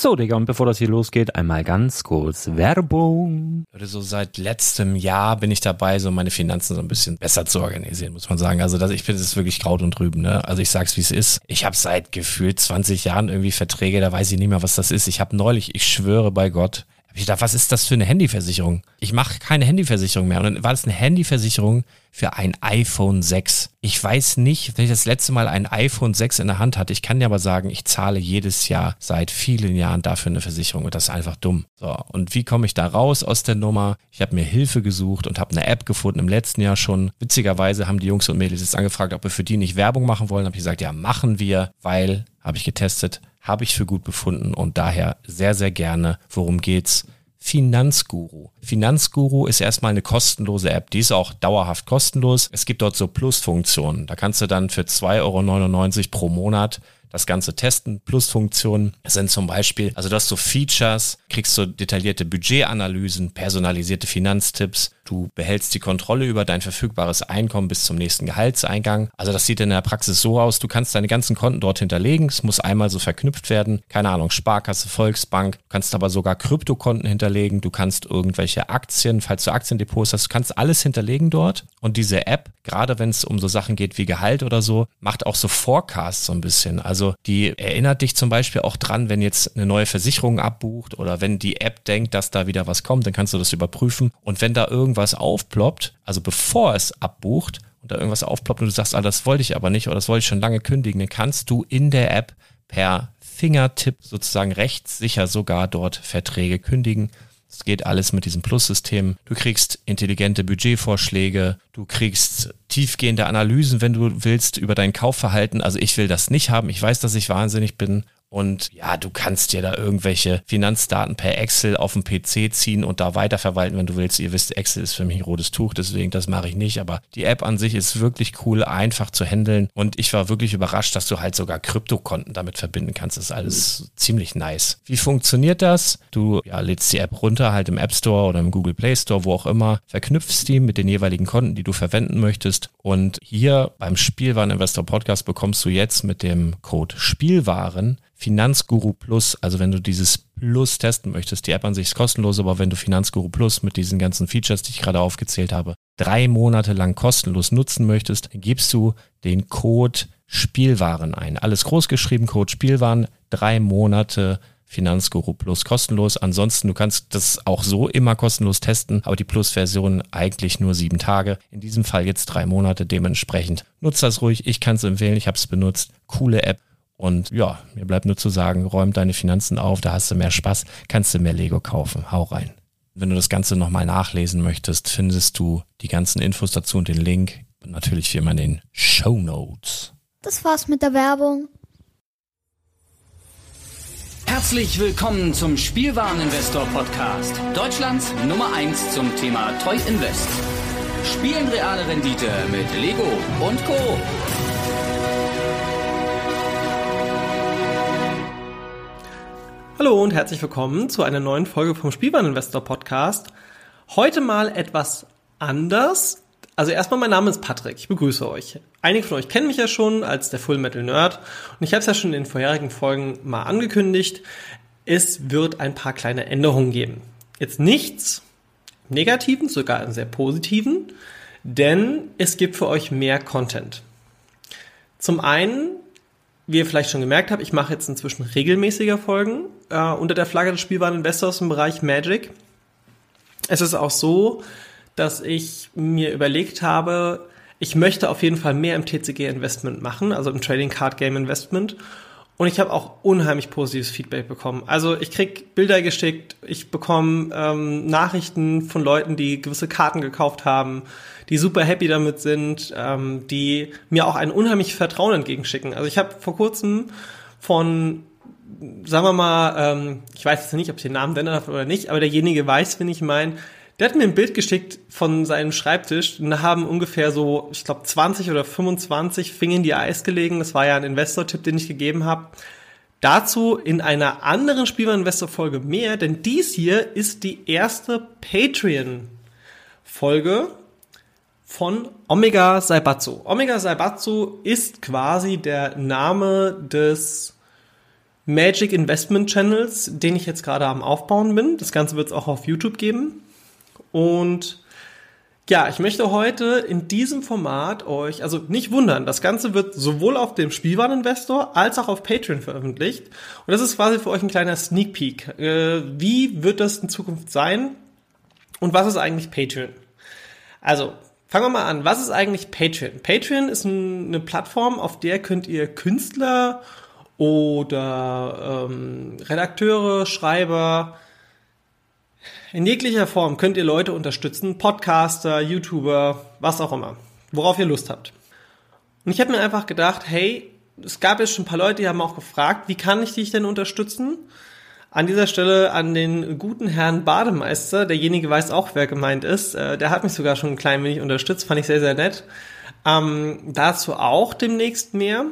So, Digga, und bevor das hier losgeht, einmal ganz kurz Werbung. So seit letztem Jahr bin ich dabei, so meine Finanzen so ein bisschen besser zu organisieren, muss man sagen. Also ich finde, das ist wirklich Kraut und Rüben, ne? Also ich sag's, wie es ist. Ich habe seit gefühlt 20 Jahren irgendwie Verträge, da weiß ich nicht mehr, was das ist. Ich habe neulich, ich schwöre bei Gott, ich dachte, was ist das für eine Handyversicherung? Ich mache keine Handyversicherung mehr. Und dann war das eine Handyversicherung für ein iPhone 6. Ich weiß nicht, wenn ich das letzte Mal ein iPhone 6 in der Hand hatte. Ich kann dir aber sagen, ich zahle jedes Jahr seit vielen Jahren dafür eine Versicherung. Und das ist einfach dumm. So, und wie komme ich da raus aus der Nummer? Ich habe mir Hilfe gesucht und habe eine App gefunden im letzten Jahr schon. Witzigerweise haben die Jungs und Mädels jetzt angefragt, ob wir für die nicht Werbung machen wollen. Habe ich gesagt, ja, machen wir, weil, habe ich getestet, habe ich für gut befunden und daher sehr, sehr gerne. Worum geht's? Finanzguru. Finanzguru ist erstmal eine kostenlose App. Die ist auch dauerhaft kostenlos. Es gibt dort so Plusfunktionen. Da kannst du dann für 2,99 € pro Monat das Ganze testen. Plusfunktionen sind zum Beispiel, also du hast so Features, kriegst so detaillierte Budgetanalysen, personalisierte Finanztipps, du behältst die Kontrolle über dein verfügbares Einkommen bis zum nächsten Gehaltseingang. Also das sieht in der Praxis so aus, du kannst deine ganzen Konten dort hinterlegen, es muss einmal so verknüpft werden, keine Ahnung, Sparkasse, Volksbank, du kannst aber sogar Kryptokonten hinterlegen, du kannst irgendwelche Aktien, falls du Aktiendepots hast, du kannst alles hinterlegen dort und diese App, gerade wenn es um so Sachen geht wie Gehalt oder so, macht auch so Forecasts so ein bisschen, also die erinnert dich zum Beispiel auch dran, wenn jetzt eine neue Versicherung abbucht oder wenn die App denkt, dass da wieder was kommt, dann kannst du das überprüfen und wenn da irgendwas aufploppt, also bevor es abbucht und da irgendwas aufploppt und du sagst, das wollte ich aber nicht oder das wollte ich schon lange kündigen, dann kannst du in der App per Fingertipp sozusagen rechtssicher sogar dort Verträge kündigen. Das geht alles mit diesem Plus-System. Du kriegst intelligente Budgetvorschläge, du kriegst tiefgehende Analysen, wenn du willst, über dein Kaufverhalten. Also ich will das nicht haben. Ich weiß, dass ich wahnsinnig bin. Und ja, du kannst dir da irgendwelche Finanzdaten per Excel auf dem PC ziehen und da weiterverwalten, wenn du willst. Ihr wisst, Excel ist für mich ein rotes Tuch, deswegen das mache ich nicht. Aber die App an sich ist wirklich cool, einfach zu handeln. Und ich war wirklich überrascht, dass du halt sogar Kryptokonten damit verbinden kannst. Das ist alles ziemlich nice. Wie funktioniert das? Du lädst die App runter, halt im App Store oder im Google Play Store, wo auch immer, verknüpfst die mit den jeweiligen Konten, die du verwenden möchtest. Und hier beim Spielwareninvestor Podcast bekommst du jetzt mit dem Code Spielwaren Finanzguru Plus, also wenn du dieses Plus testen möchtest, die App an sich ist kostenlos, aber wenn du Finanzguru Plus mit diesen ganzen Features, die ich gerade aufgezählt habe, 3 Monate lang kostenlos nutzen möchtest, dann gibst du den Code Spielwaren ein. Alles groß geschrieben, Code Spielwaren, 3 Monate Finanzguru Plus kostenlos. Ansonsten, du kannst das auch so immer kostenlos testen, aber die Plus-Version eigentlich nur 7 Tage. In diesem Fall jetzt 3 Monate, dementsprechend nutzt das ruhig. Ich kann es empfehlen, ich habe es benutzt. Coole App. Und ja, mir bleibt nur zu sagen, räum deine Finanzen auf, da hast du mehr Spaß, kannst du mehr Lego kaufen. Hau rein. Wenn du das Ganze nochmal nachlesen möchtest, findest du die ganzen Infos dazu und den Link. Und natürlich wie immer in den Shownotes. Das war's mit der Werbung. Herzlich willkommen zum Spielwareninvestor Podcast. Deutschlands Nummer 1 zum Thema Toy Invest. Spielen reale Rendite mit Lego und Co. Hallo und herzlich willkommen zu einer neuen Folge vom Spielwareninvestor Podcast. Heute mal etwas anders. Also erstmal, mein Name ist Patrick, ich begrüße euch. Einige von euch kennen mich ja schon als der Full Metal Nerd und ich habe es ja schon in den vorherigen Folgen mal angekündigt. Es wird ein paar kleine Änderungen geben. Jetzt nichts im Negativen, sogar im sehr Positiven, denn es gibt für euch mehr Content. Zum einen, wie ihr vielleicht schon gemerkt habt, ich mache jetzt inzwischen regelmäßiger Folgen unter der Flagge des Spielwareninvestors im Bereich Magic. Es ist auch so, dass ich mir überlegt habe, ich möchte auf jeden Fall mehr im TCG-Investment machen, also im Trading Card Game Investment. Und ich habe auch unheimlich positives Feedback bekommen. Also ich krieg Bilder geschickt, ich bekomme Nachrichten von Leuten, die gewisse Karten gekauft haben, die super happy damit sind, die mir auch ein unheimliches Vertrauen entgegenschicken. Also ich habe vor kurzem von, sagen wir mal, ich weiß jetzt nicht, ob ich den Namen nennen darf oder nicht, aber derjenige weiß, wen ich meine. Der hat mir ein Bild geschickt von seinem Schreibtisch und da haben ungefähr so, ich glaube 20 oder 25 Finger in die Eis gelegen. Das war ja ein Investor-Tipp, den ich gegeben habe. Dazu in einer anderen Spielwareninvestor-Folge mehr, denn dies hier ist die erste Patreon-Folge von Omega Saibatsu. Omega Saibatsu ist quasi der Name des Magic Investment Channels, den ich jetzt gerade am Aufbauen bin. Das Ganze wird es auch auf YouTube geben. Und ja, ich möchte heute in diesem Format euch, also nicht wundern, das Ganze wird sowohl auf dem Spielwareninvestor als auch auf Patreon veröffentlicht. Und das ist quasi für euch ein kleiner Sneak Peek. Wie wird das in Zukunft sein? Und was ist eigentlich Patreon? Also, fangen wir mal an. Was ist eigentlich Patreon? Patreon ist eine Plattform, auf der könnt ihr Künstler oder Redakteure, Schreiber, in jeglicher Form könnt ihr Leute unterstützen, Podcaster, YouTuber, was auch immer, worauf ihr Lust habt. Und ich habe mir einfach gedacht, hey, es gab jetzt schon ein paar Leute, die haben auch gefragt, wie kann ich dich denn unterstützen? An dieser Stelle an den guten Herrn Bademeister, derjenige weiß auch, wer gemeint ist, der hat mich sogar schon ein klein wenig unterstützt, fand ich sehr, sehr nett. Dazu auch demnächst mehr.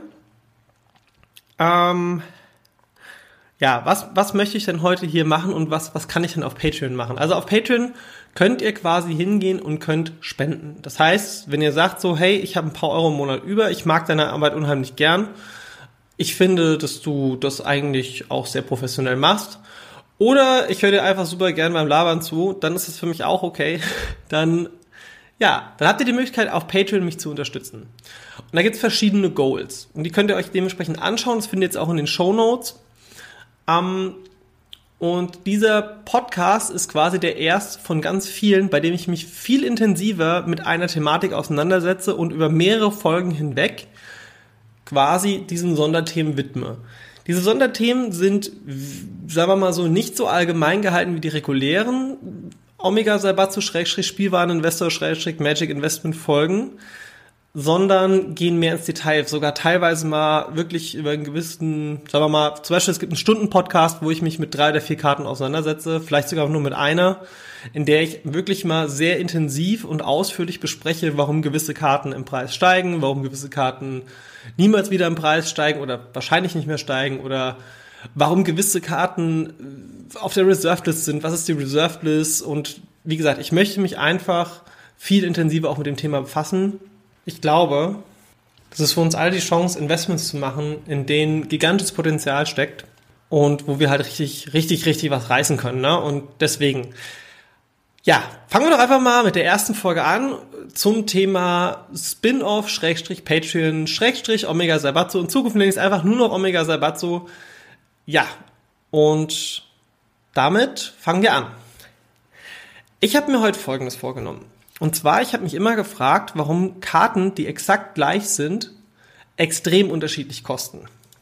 Ja, was möchte ich denn heute hier machen und was kann ich denn auf Patreon machen? Also auf Patreon könnt ihr quasi hingehen und könnt spenden. Das heißt, wenn ihr sagt so, hey, ich habe ein paar Euro im Monat über, ich mag deine Arbeit unheimlich gern, ich finde, dass du das eigentlich auch sehr professionell machst, oder ich höre dir einfach super gern beim Labern zu, dann ist das für mich auch okay. Dann habt ihr die Möglichkeit, auf Patreon mich zu unterstützen. Und da gibt's verschiedene Goals. Und die könnt ihr euch dementsprechend anschauen. Das findet ihr jetzt auch in den Shownotes. Und dieser Podcast ist quasi der erste von ganz vielen, bei dem ich mich viel intensiver mit einer Thematik auseinandersetze und über mehrere Folgen hinweg quasi diesen Sonderthemen widme. Diese Sonderthemen sind, sagen wir mal so, nicht so allgemein gehalten wie die regulären Omega Salbatzo Spielwareninvestor Magic Investment Folgen, sondern gehen mehr ins Detail, sogar teilweise mal wirklich über einen gewissen, sagen wir mal, zum Beispiel es gibt einen Stunden-Podcast, wo ich mich mit 3 oder 4 Karten auseinandersetze, vielleicht sogar nur mit einer, in der ich wirklich mal sehr intensiv und ausführlich bespreche, warum gewisse Karten im Preis steigen, warum gewisse Karten niemals wieder im Preis steigen oder wahrscheinlich nicht mehr steigen oder warum gewisse Karten auf der Reserved List sind, was ist die Reserved List, und wie gesagt, ich möchte mich einfach viel intensiver auch mit dem Thema befassen. Ich glaube, das ist für uns alle die Chance, Investments zu machen, in denen gigantisches Potenzial steckt und wo wir halt richtig was reißen können, ne? Und deswegen, ja, fangen wir doch einfach mal mit der ersten Folge an zum Thema Spin-off, Patreon, Omega Salbatzo. In Zukunft nenne ich es einfach nur noch Omega Salbatzo. Ja, und damit fangen wir an. Ich habe mir heute Folgendes vorgenommen. Und zwar, ich habe mich immer gefragt, warum Karten, die exakt gleich sind, extrem unterschiedlich kosten.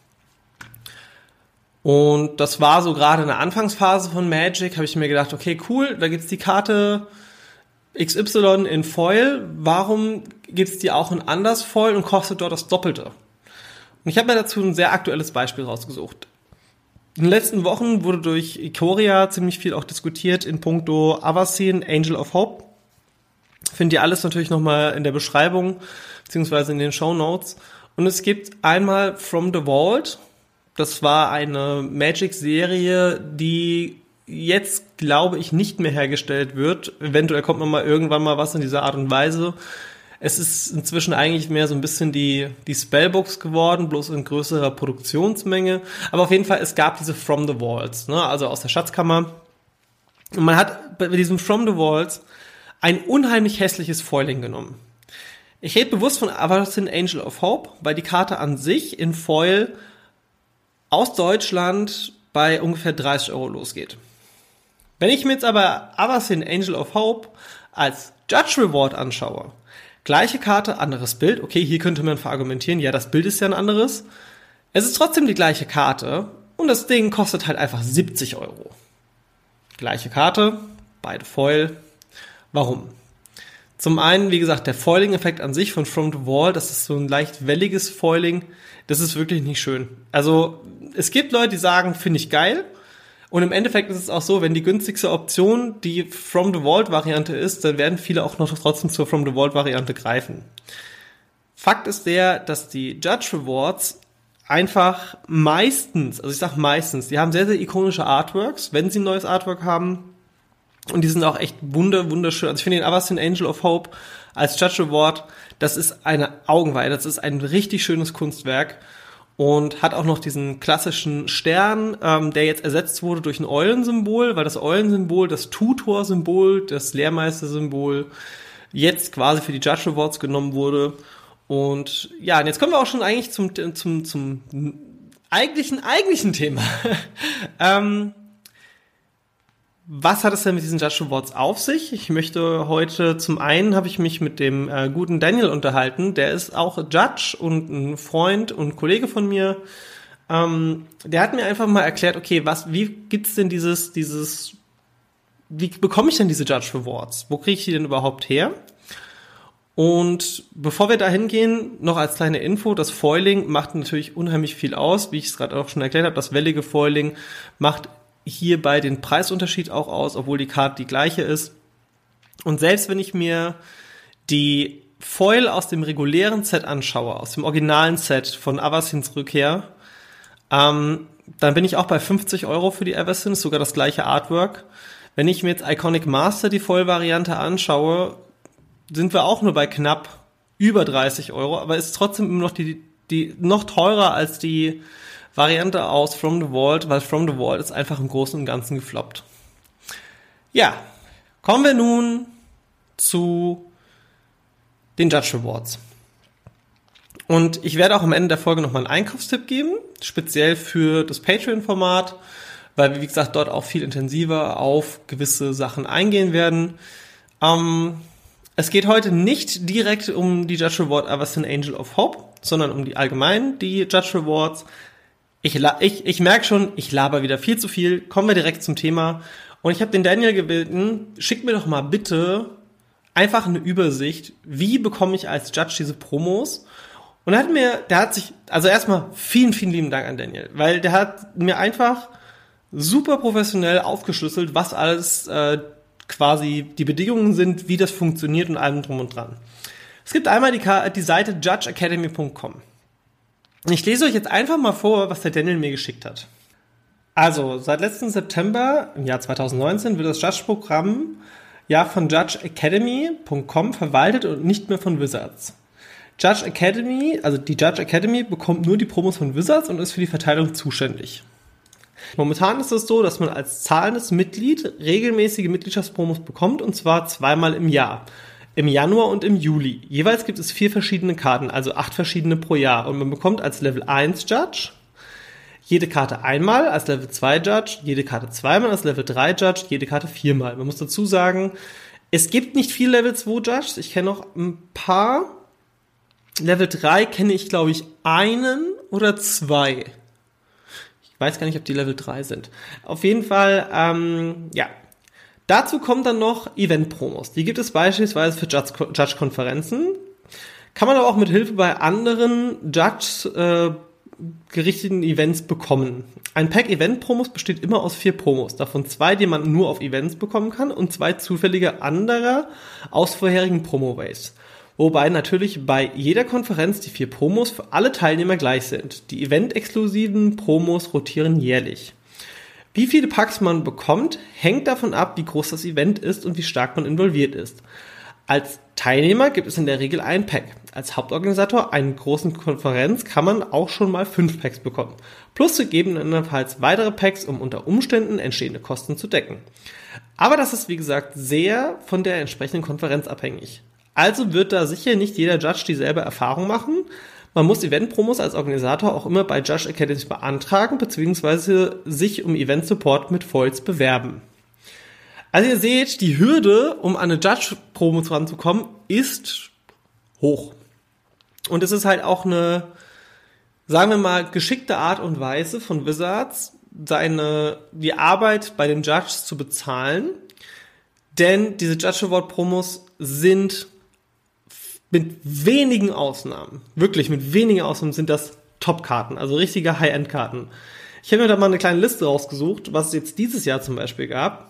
Und das war so gerade in der Anfangsphase von Magic, habe ich mir gedacht, okay, cool, da gibt's die Karte XY in Foil, warum gibt's die auch in Anders Foil und kostet dort das Doppelte? Und ich habe mir dazu ein sehr aktuelles Beispiel rausgesucht. In den letzten Wochen wurde durch Ikoria ziemlich viel auch diskutiert in puncto Avacyn, Angel of Hope. Findet ihr alles natürlich nochmal in der Beschreibung, beziehungsweise in den Shownotes. Und es gibt einmal From the Vault. Das war eine Magic-Serie, die jetzt, glaube ich, nicht mehr hergestellt wird. Eventuell kommt mal irgendwann mal was in dieser Art und Weise. Es ist inzwischen eigentlich mehr so ein bisschen die Spellbooks geworden, bloß in größerer Produktionsmenge. Aber auf jeden Fall, es gab diese From the Vaults, ne? Also aus der Schatzkammer. Und man hat bei diesem From the Vaults ein unheimlich hässliches Foiling genommen. Ich rede bewusst von Avacyn Angel of Hope, weil die Karte an sich in Foil aus Deutschland bei ungefähr 30 € losgeht. Wenn ich mir jetzt aber Avacyn Angel of Hope als Judge Reward anschaue, gleiche Karte, anderes Bild, okay, hier könnte man verargumentieren, ja, das Bild ist ja ein anderes. Es ist trotzdem die gleiche Karte und das Ding kostet halt einfach 70 €. Gleiche Karte, beide Foil. Warum? Zum einen, wie gesagt, der Foiling-Effekt an sich von From the Vault, das ist so ein leicht welliges Foiling, das ist wirklich nicht schön. Also, es gibt Leute, die sagen, finde ich geil, und im Endeffekt ist es auch so, wenn die günstigste Option die From the Vault-Variante ist, dann werden viele auch noch trotzdem zur From the Vault-Variante greifen. Fakt ist der, dass die Judge Rewards einfach meistens, also ich sag meistens, die haben sehr, sehr ikonische Artworks, wenn sie ein neues Artwork haben. Und die sind auch echt wunderschön. Also ich finde den Avacyn Angel of Hope als Judge Reward, das ist eine Augenweide, das ist ein richtig schönes Kunstwerk. und hat auch noch diesen klassischen Stern, der jetzt ersetzt wurde durch ein Eulensymbol, weil das Eulensymbol, das Tutor-Symbol, das Lehrmeister-Symbol jetzt quasi für die Judge Awards genommen wurde. Und ja, und jetzt kommen wir auch schon eigentlich zum eigentlichen Thema. Was hat es denn mit diesen Judge Awards auf sich? Ich möchte heute, zum einen habe ich mich mit dem guten Daniel unterhalten, der ist auch Judge und ein Freund und Kollege von mir. Der hat mir einfach mal erklärt, okay, wie gibt's denn wie bekomme ich denn diese Judge Awards? Wo kriege ich die denn überhaupt her? Und bevor wir da hingehen, noch als kleine Info, das Foiling macht natürlich unheimlich viel aus, wie ich es gerade auch schon erklärt habe. Das wellige Foiling macht hierbei den Preisunterschied auch aus, obwohl die Karte die gleiche ist. Und selbst wenn ich mir die Foil aus dem regulären Set anschaue, aus dem originalen Set von Avacyn's Rückkehr, dann bin ich auch bei 50 € für die Avacyn, ist sogar das gleiche Artwork. Wenn ich mir jetzt Iconic Master, die Foil-Variante, anschaue, sind wir auch nur bei knapp über 30 €, aber ist trotzdem immer noch die noch teurer als die Variante aus From the Vault, weil From the Vault ist einfach im Großen und Ganzen gefloppt. Ja, kommen wir nun zu den Judge Awards. Und ich werde auch am Ende der Folge nochmal einen Einkaufstipp geben, speziell für das Patreon-Format, weil wir, wie gesagt, dort auch viel intensiver auf gewisse Sachen eingehen werden. Es geht heute nicht direkt um die Judge Award Avacyn Angel of Hope, sondern um die Judge Awards. Ich merke schon, ich laber wieder viel zu viel. Kommen wir direkt zum Thema. Und ich habe den Daniel gebeten, schick mir doch mal bitte einfach eine Übersicht, wie bekomme ich als Judge diese Promos? Und also erstmal vielen, vielen lieben Dank an Daniel, weil der hat mir einfach super professionell aufgeschlüsselt, was alles quasi die Bedingungen sind, wie das funktioniert und allem drum und dran. Es gibt einmal die Seite judgeacademy.com. Ich lese euch jetzt einfach mal vor, was der Daniel mir geschickt hat. Also, seit letzten September, im Jahr 2019, wird das Judge-Programm ja von judgeacademy.com verwaltet und nicht mehr von Wizards. Die Judge Academy bekommt nur die Promos von Wizards und ist für die Verteilung zuständig. Momentan ist es so, dass man als zahlendes Mitglied regelmäßige Mitgliedschaftspromos bekommt, und zwar 2-mal im Jahr. Im Januar und im Juli. Jeweils gibt es 4 verschiedene Karten, also 8 verschiedene pro Jahr. Und man bekommt als Level 1 Judge jede Karte einmal, als Level 2 Judge, jede Karte zweimal, als Level 3 Judge, jede Karte 4-mal. Man muss dazu sagen, es gibt nicht viele Level 2 Judges. Ich kenne noch ein paar. Level 3 kenne ich, glaube ich, einen oder 2. Ich weiß gar nicht, ob die Level 3 sind. Auf jeden Fall, ja. Dazu kommen dann noch Event-Promos. Die gibt es beispielsweise für Judge-Konferenzen. Kann man aber auch mit Hilfe bei anderen Judges gerichteten Events bekommen. Ein Pack Event-Promos besteht immer aus 4 Promos. Davon 2, die man nur auf Events bekommen kann, und 2 zufällige anderer aus vorherigen Promo-Waves. Wobei natürlich bei jeder Konferenz die 4 Promos für alle Teilnehmer gleich sind. Die event-exklusiven Promos rotieren jährlich. Wie viele Packs man bekommt, hängt davon ab, wie groß das Event ist und wie stark man involviert ist. Als Teilnehmer gibt es in der Regel ein Pack. Als Hauptorganisator einer großen Konferenz kann man auch schon mal 5 Packs bekommen. Plus gegebenenfalls weitere Packs, um unter Umständen entstehende Kosten zu decken. Aber das ist, wie gesagt, sehr von der entsprechenden Konferenz abhängig. Also wird da sicher nicht jeder Judge dieselbe Erfahrung machen. Man muss Event-Promos als Organisator auch immer bei Judge Academy beantragen bzw. sich um Event-Support mit Foils bewerben. Also ihr seht, die Hürde, um an eine Judge-Promo ranzukommen, ist hoch. Und es ist halt auch eine, sagen wir mal, geschickte Art und Weise von Wizards, die Arbeit bei den Judges zu bezahlen. Denn diese Judge Award Promos sind mit wenigen Ausnahmen, wirklich mit wenigen Ausnahmen, sind das Top-Karten, also richtige High-End-Karten. Ich habe mir da mal eine kleine Liste rausgesucht, was es jetzt dieses Jahr zum Beispiel gab.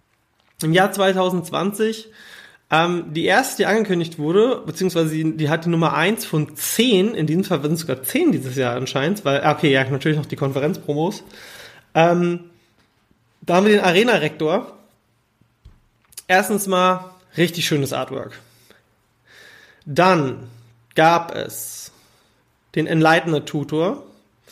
Im Jahr 2020, die erste, die angekündigt wurde, beziehungsweise die hat die Nummer 1 von 10, in diesem Fall sind es sogar 10 dieses Jahr anscheinend, weil, okay, ja, natürlich noch die Konferenzpromos. Da haben wir den Arena-Rektor. Erstens mal richtig schönes Artwork. Dann gab es den Enlightener Tutor.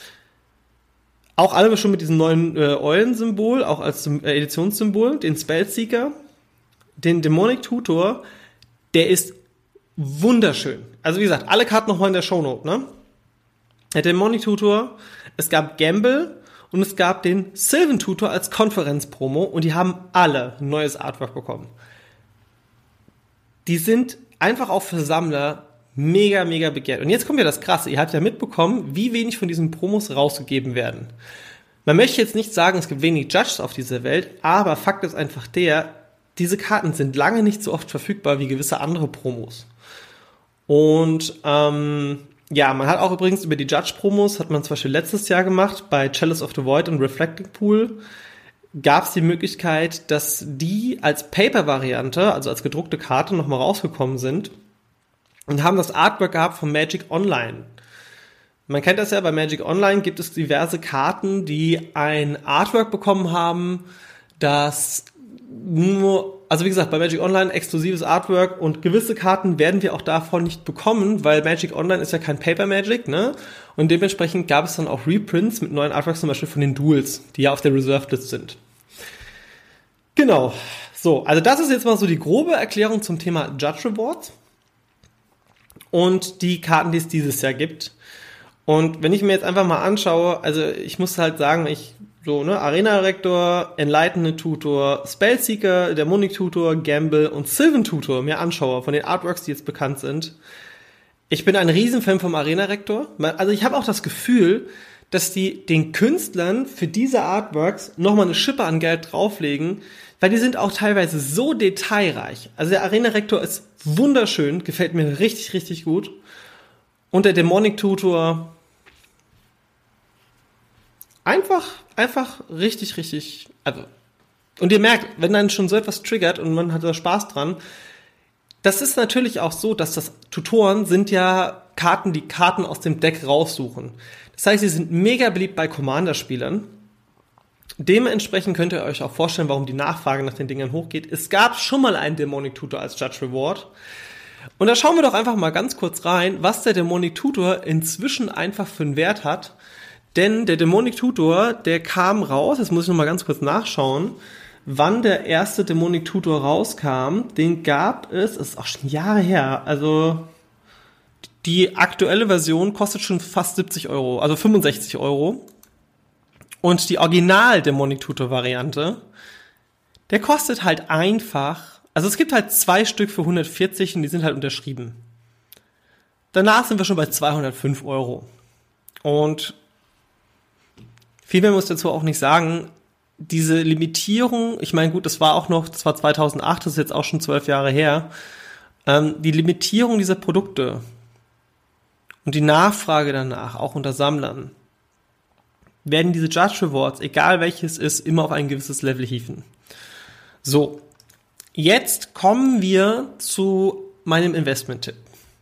Auch alle schon mit diesem neuen Eulensymbol, auch als Editionssymbol, den Spellseeker, den Demonic Tutor, der ist wunderschön. Also wie gesagt, alle Karten nochmal in der Shownote, ne? Der Demonic Tutor, es gab Gamble und es gab den Sylvan Tutor als Konferenzpromo und die haben alle ein neues Artwork bekommen. Die sind einfach auch für Sammler mega, mega begehrt. Und jetzt kommt ja das Krasse. Ihr habt ja mitbekommen, wie wenig von diesen Promos rausgegeben werden. Man möchte jetzt nicht sagen, es gibt wenig Judges auf dieser Welt, aber Fakt ist einfach diese Karten sind lange nicht so oft verfügbar wie gewisse andere Promos. Und man hat auch übrigens über die Judge-Promos, hat man zum Beispiel letztes Jahr gemacht, bei Chalice of the Void und Reflecting Pool, gab es die Möglichkeit, dass die als Paper-Variante, also als gedruckte Karte, nochmal rausgekommen sind und haben das Artwork gehabt von Magic Online. Man kennt das ja, bei Magic Online gibt es diverse Karten, die ein Artwork bekommen haben, das nur, also wie gesagt, bei Magic Online exklusives Artwork und gewisse Karten werden wir auch davon nicht bekommen, weil Magic Online ist ja kein Paper Magic, ne? Und dementsprechend gab es dann auch Reprints mit neuen Artworks, zum Beispiel von den Duels, die ja auf der Reserved List sind. Genau. So, also das ist jetzt mal so die grobe Erklärung zum Thema Judge Rewards und die Karten, die es dieses Jahr gibt. Und wenn ich mir jetzt einfach mal anschaue, also ich muss halt sagen, Arena Rector, Enlightened Tutor, Spellseeker, Demonic Tutor, Gamble und Sylvan Tutor mir anschaue von den Artworks, die jetzt bekannt sind. Ich bin ein Riesenfan vom Arena Rector. Also ich habe auch das Gefühl, dass die den Künstlern für diese Artworks nochmal eine Schippe an Geld drauflegen, weil die sind auch teilweise so detailreich. Also der Arena Rector ist wunderschön, gefällt mir richtig, richtig gut. Und der Demonic Tutor einfach richtig, richtig, also, und ihr merkt, wenn dann schon so etwas triggert und man hat da Spaß dran, das ist natürlich auch so, dass das Tutoren sind ja Karten, die Karten aus dem Deck raussuchen. Das heißt, sie sind mega beliebt bei Commander-Spielern. Dementsprechend könnt ihr euch auch vorstellen, warum die Nachfrage nach den Dingern hochgeht. Es gab schon mal einen Demonic Tutor als Judge Reward. Und da schauen wir doch einfach mal ganz kurz rein, was der Demonic Tutor inzwischen einfach für einen Wert hat. Denn der Demonic Tutor, der kam raus, jetzt muss ich noch mal ganz kurz nachschauen, wann der erste Demonic Tutor rauskam. Den gab es, ist auch schon Jahre her, also die aktuelle Version kostet schon fast 70 €, also 65 €. Und die Original Demonic Tutor Variante, der kostet halt einfach, also es gibt halt 2 Stück für 140 und die sind halt unterschrieben. Danach sind wir schon bei 205 €. Und viel mehr muss ich dazu auch nicht sagen. Diese Limitierung, ich meine, gut, das war 2008, das ist jetzt auch schon 12 Jahre her. Die Limitierung dieser Produkte und die Nachfrage danach, auch unter Sammlern, werden diese Judge Rewards, egal welches ist, immer auf ein gewisses Level hieven. So, jetzt kommen wir zu meinem Investment-Tipp.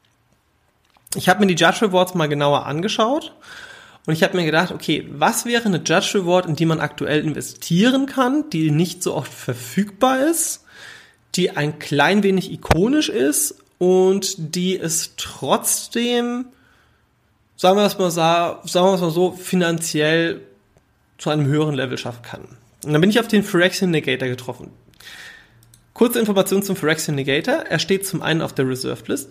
Ich habe mir die Judge Rewards mal genauer angeschaut. Und ich habe mir gedacht, okay, was wäre eine Judge Reward, in die man aktuell investieren kann, die nicht so oft verfügbar ist, die ein klein wenig ikonisch ist und die es trotzdem, sagen wir es mal so, finanziell zu einem höheren Level schaffen kann. Und dann bin ich auf den Phyrexian Negator getroffen. Kurze Information zum Phyrexian Negator. Er steht zum einen auf der Reserved List.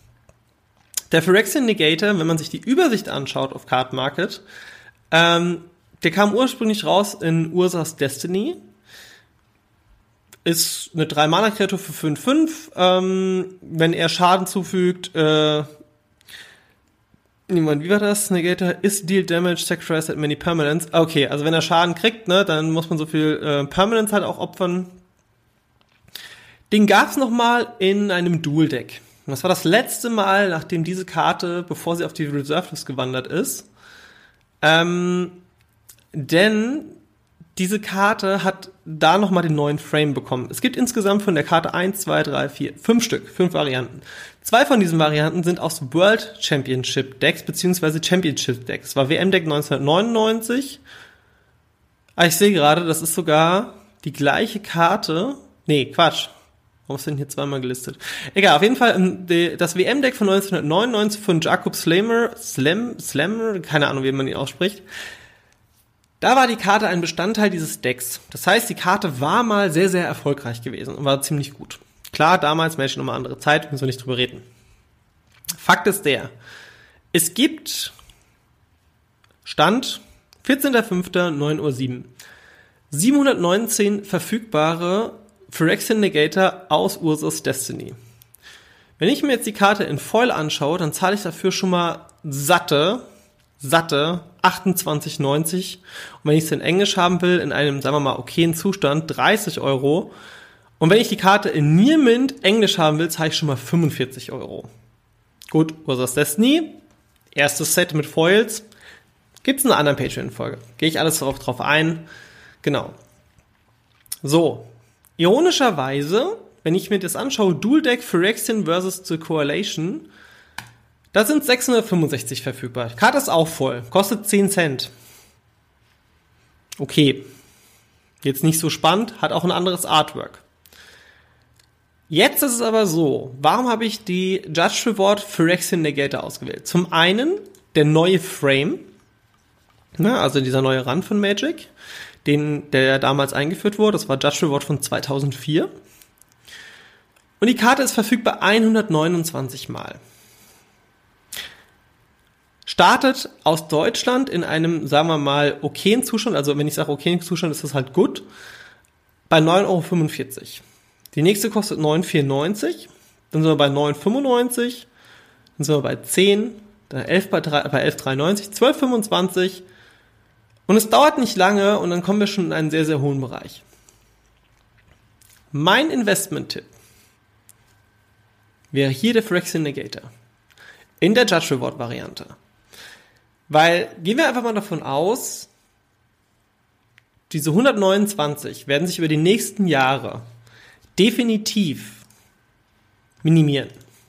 Der Phyrexian Negator, wenn man sich die Übersicht anschaut auf Card Market, der kam ursprünglich raus in Ursas Destiny. Ist eine 3-Mana-Kreatur für 5/5. Wenn er Schaden zufügt, wie war das? Negator is deal damage, sacrifice at many permanents. Okay, also wenn er Schaden kriegt, ne, dann muss man so viel Permanents halt auch opfern. Den gab's noch mal in einem Dual-Deck. Und das war das letzte Mal, nachdem diese Karte, bevor sie auf die Reserved List gewandert ist. Denn diese Karte hat da nochmal den neuen Frame bekommen. Es gibt insgesamt von der Karte 1, 2, 3, 4, 5 Stück, 5 Varianten. 2 von diesen Varianten sind aus World Championship Decks beziehungsweise Championship Decks. Das war WM-Deck 1999. Ah, ich sehe gerade, das ist sogar die gleiche Karte. Nee, Quatsch. Warum ist denn hier zweimal gelistet? Egal, auf jeden Fall das WM-Deck von 1999 von Jacob Slammer, keine Ahnung, wie man ihn ausspricht. Da war die Karte ein Bestandteil dieses Decks. Das heißt, die Karte war mal sehr, sehr erfolgreich gewesen und war ziemlich gut. Klar, damals Magic nochmal andere Zeit, müssen wir nicht drüber reden. Fakt ist der, es gibt Stand 14.05.9:07 Uhr 719 verfügbare Phyrexian Negator aus Urza's Destiny. Wenn ich mir jetzt die Karte in Foil anschaue, dann zahle ich dafür schon mal satte 28,90. Und wenn ich es in Englisch haben will, in einem, sagen wir mal, okayen Zustand, 30 €. Und wenn ich die Karte in Near Mint Englisch haben will, zahle ich schon mal 45 €. Gut, Urza's Destiny, erstes Set mit Foils, gibt's in einer anderen Patreon-Folge. Gehe ich alles drauf ein. Genau. So, ironischerweise, wenn ich mir das anschaue, Dual Deck Phyrexian versus The Coalition, da sind 665 verfügbar. Die Karte ist auch voll, kostet 10 Cent. Okay, jetzt nicht so spannend, hat auch ein anderes Artwork. Jetzt ist es aber so, warum habe ich die Judge Reward Phyrexian Negator ausgewählt? Zum einen der neue Frame, also dieser neue Run von Magic, der damals eingeführt wurde, das war Judge Reward von 2004. Und die Karte ist verfügbar 129 Mal. Startet aus Deutschland in einem, sagen wir mal, okayen Zustand, also wenn ich sage okayen Zustand, ist das halt gut, bei 9,45 €. Die nächste kostet 9,94, dann sind wir bei 9,95, dann sind wir bei 10, dann 11 bei 11,93, 12,25 und es dauert nicht lange und dann kommen wir schon in einen sehr, sehr hohen Bereich. Mein Investment-Tipp wäre hier der Phyrexian Negator in der Judge Reward Variante. Weil, gehen wir einfach mal davon aus, diese 129 werden sich über die nächsten Jahre definitiv minimieren.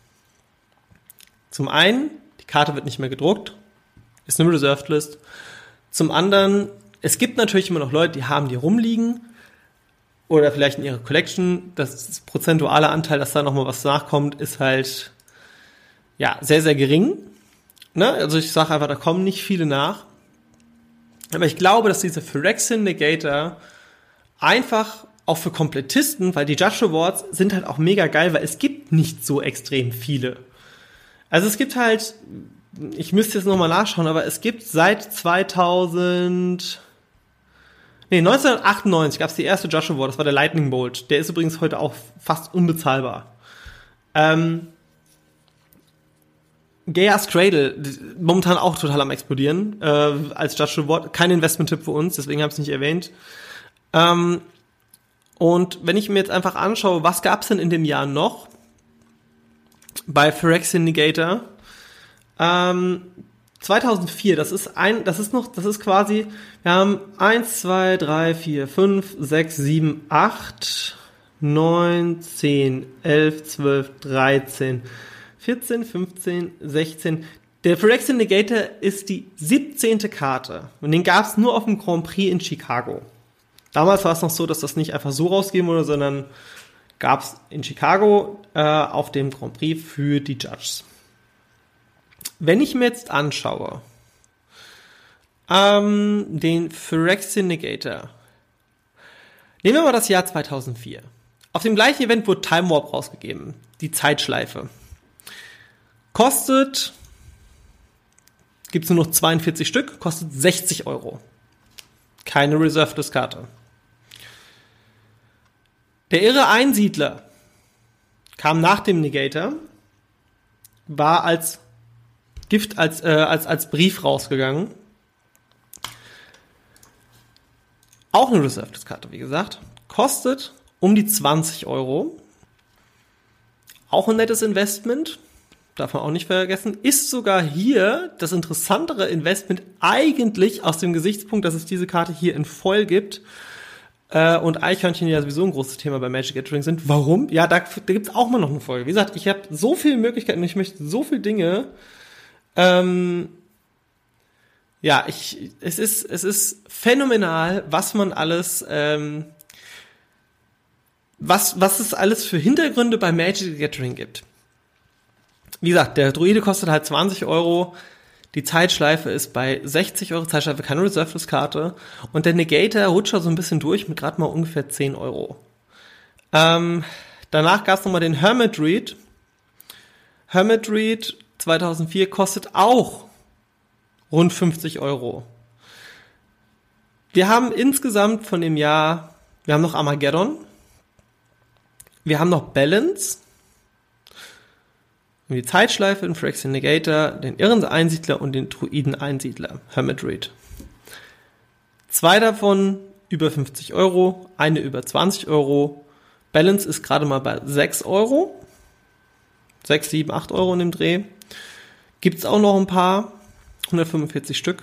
Zum einen, die Karte wird nicht mehr gedruckt, ist eine Reserved List. Zum anderen, es gibt natürlich immer noch Leute, die haben die rumliegen oder vielleicht in ihrer Collection. Das prozentuale Anteil, dass da nochmal was nachkommt, ist halt ja sehr, sehr gering. Ne? Also ich sage einfach, da kommen nicht viele nach. Aber ich glaube, dass dieser Phyrexian Negator einfach auch für Komplettisten, weil die Judge Rewards sind halt auch mega geil, weil es gibt nicht so extrem viele. Also es gibt halt, ich müsste jetzt nochmal nachschauen, aber es gibt seit 1998 gab es die erste Judge Reward, das war der Lightning Bolt. Der ist übrigens heute auch fast unbezahlbar. Gaia's Cradle, momentan auch total am explodieren, als Judge Reward. Kein Investment-Tipp für uns, deswegen habe ich es nicht erwähnt. Und wenn ich mir jetzt einfach anschaue, was gab es denn in dem Jahr noch bei Phyrexian Negator? 2004, das ist quasi, wir haben 1, 2, 3, 4, 5, 6, 7, 8, 9, 10, 11, 12, 13, 14, 15, 16. Der Phyrexian Negator ist die 17. Karte. Und den gab es nur auf dem Grand Prix in Chicago. Damals war es noch so, dass das nicht einfach so rausgegeben wurde, sondern gab es in Chicago auf dem Grand Prix für die Judges. Wenn ich mir jetzt anschaue, den Phyrexian Negator, nehmen wir mal das Jahr 2004. Auf dem gleichen Event wurde Time Warp rausgegeben, die Zeitschleife. Gibt's nur noch 42 Stück, kostet 60 €. Keine Reserved-List-Karte. Der irre Einsiedler kam nach dem Negator, war als Gift, als Brief rausgegangen. Auch eine Reserved-List-Karte, wie gesagt. Kostet um die 20 €. Auch ein nettes Investment. Darf man auch nicht vergessen, ist sogar hier das interessantere Investment eigentlich aus dem Gesichtspunkt, dass es diese Karte hier in Foil gibt und Eichhörnchen ja sowieso ein großes Thema bei Magic the Gathering sind. Warum? Ja, da gibt's auch mal noch eine Folge. Wie gesagt, ich habe so viele Möglichkeiten und ich möchte so viele Dinge. Es ist phänomenal, was man alles, was es alles für Hintergründe bei Magic the Gathering gibt. Wie gesagt, der Druide kostet halt 20 €. Die Zeitschleife ist bei 60 €, Zeitschleife keine Reserveless-Karte. Und der Negator rutscht so ein bisschen durch mit gerade mal ungefähr 10 €. Danach gab es nochmal den Hermit Read. Hermit Read 2004 kostet auch rund 50 €. Wir haben insgesamt von dem Jahr, wir haben noch Armageddon, wir haben noch Balance, die Zeitschleife, den Phyrexian Negator, den Irren-Einsiedler und den Druiden-Einsiedler, Hermit Read. 2 davon über 50 €, eine über 20 €. Balance ist gerade mal bei 6 €. 6, 7, 8 € in dem Dreh. Gibt's auch noch ein paar, 145 Stück.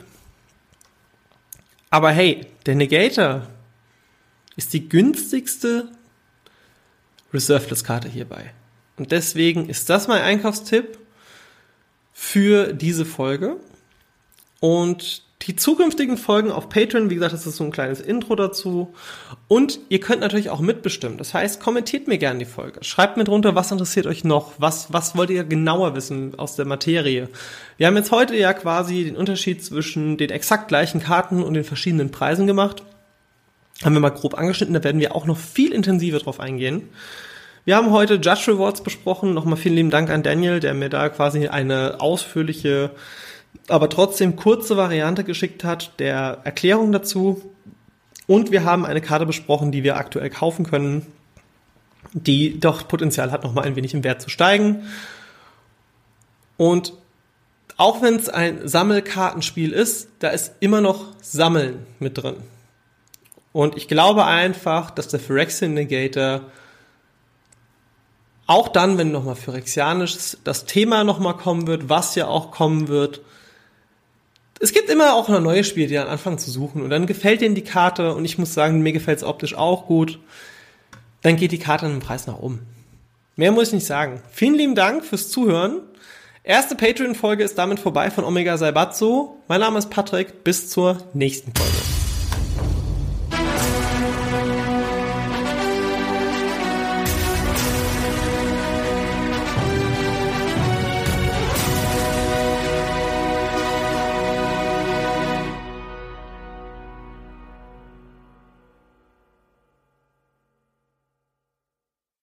Aber hey, der Negator ist die günstigste Reserveless-Karte hierbei. Und deswegen ist das mein Einkaufstipp für diese Folge. Und die zukünftigen Folgen auf Patreon, wie gesagt, das ist so ein kleines Intro dazu. Und ihr könnt natürlich auch mitbestimmen. Das heißt, kommentiert mir gerne die Folge. Schreibt mir drunter, was interessiert euch noch? Was wollt ihr genauer wissen aus der Materie? Wir haben jetzt heute ja quasi den Unterschied zwischen den exakt gleichen Karten und den verschiedenen Preisen gemacht. Haben wir mal grob angeschnitten, da werden wir auch noch viel intensiver drauf eingehen. Wir haben heute Judge Rewards besprochen. Nochmal vielen lieben Dank an Daniel, der mir da quasi eine ausführliche, aber trotzdem kurze Variante geschickt hat, der Erklärung dazu. Und wir haben eine Karte besprochen, die wir aktuell kaufen können, die doch Potenzial hat, nochmal ein wenig im Wert zu steigen. Und auch wenn es ein Sammelkartenspiel ist, da ist immer noch Sammeln mit drin. Und ich glaube einfach, dass der Phyrexian Negator auch dann, wenn nochmal Phyrexianisch das Thema nochmal kommen wird, was ja auch kommen wird. Es gibt immer auch noch neue Spiele, die dann anfangen zu suchen. Und dann gefällt denen die Karte. Und ich muss sagen, mir gefällt es optisch auch gut. Dann geht die Karte an den Preis nach oben. Mehr muss ich nicht sagen. Vielen lieben Dank fürs Zuhören. Erste Patreon-Folge ist damit vorbei von Omega Saibatsu. Mein Name ist Patrick. Bis zur nächsten Folge.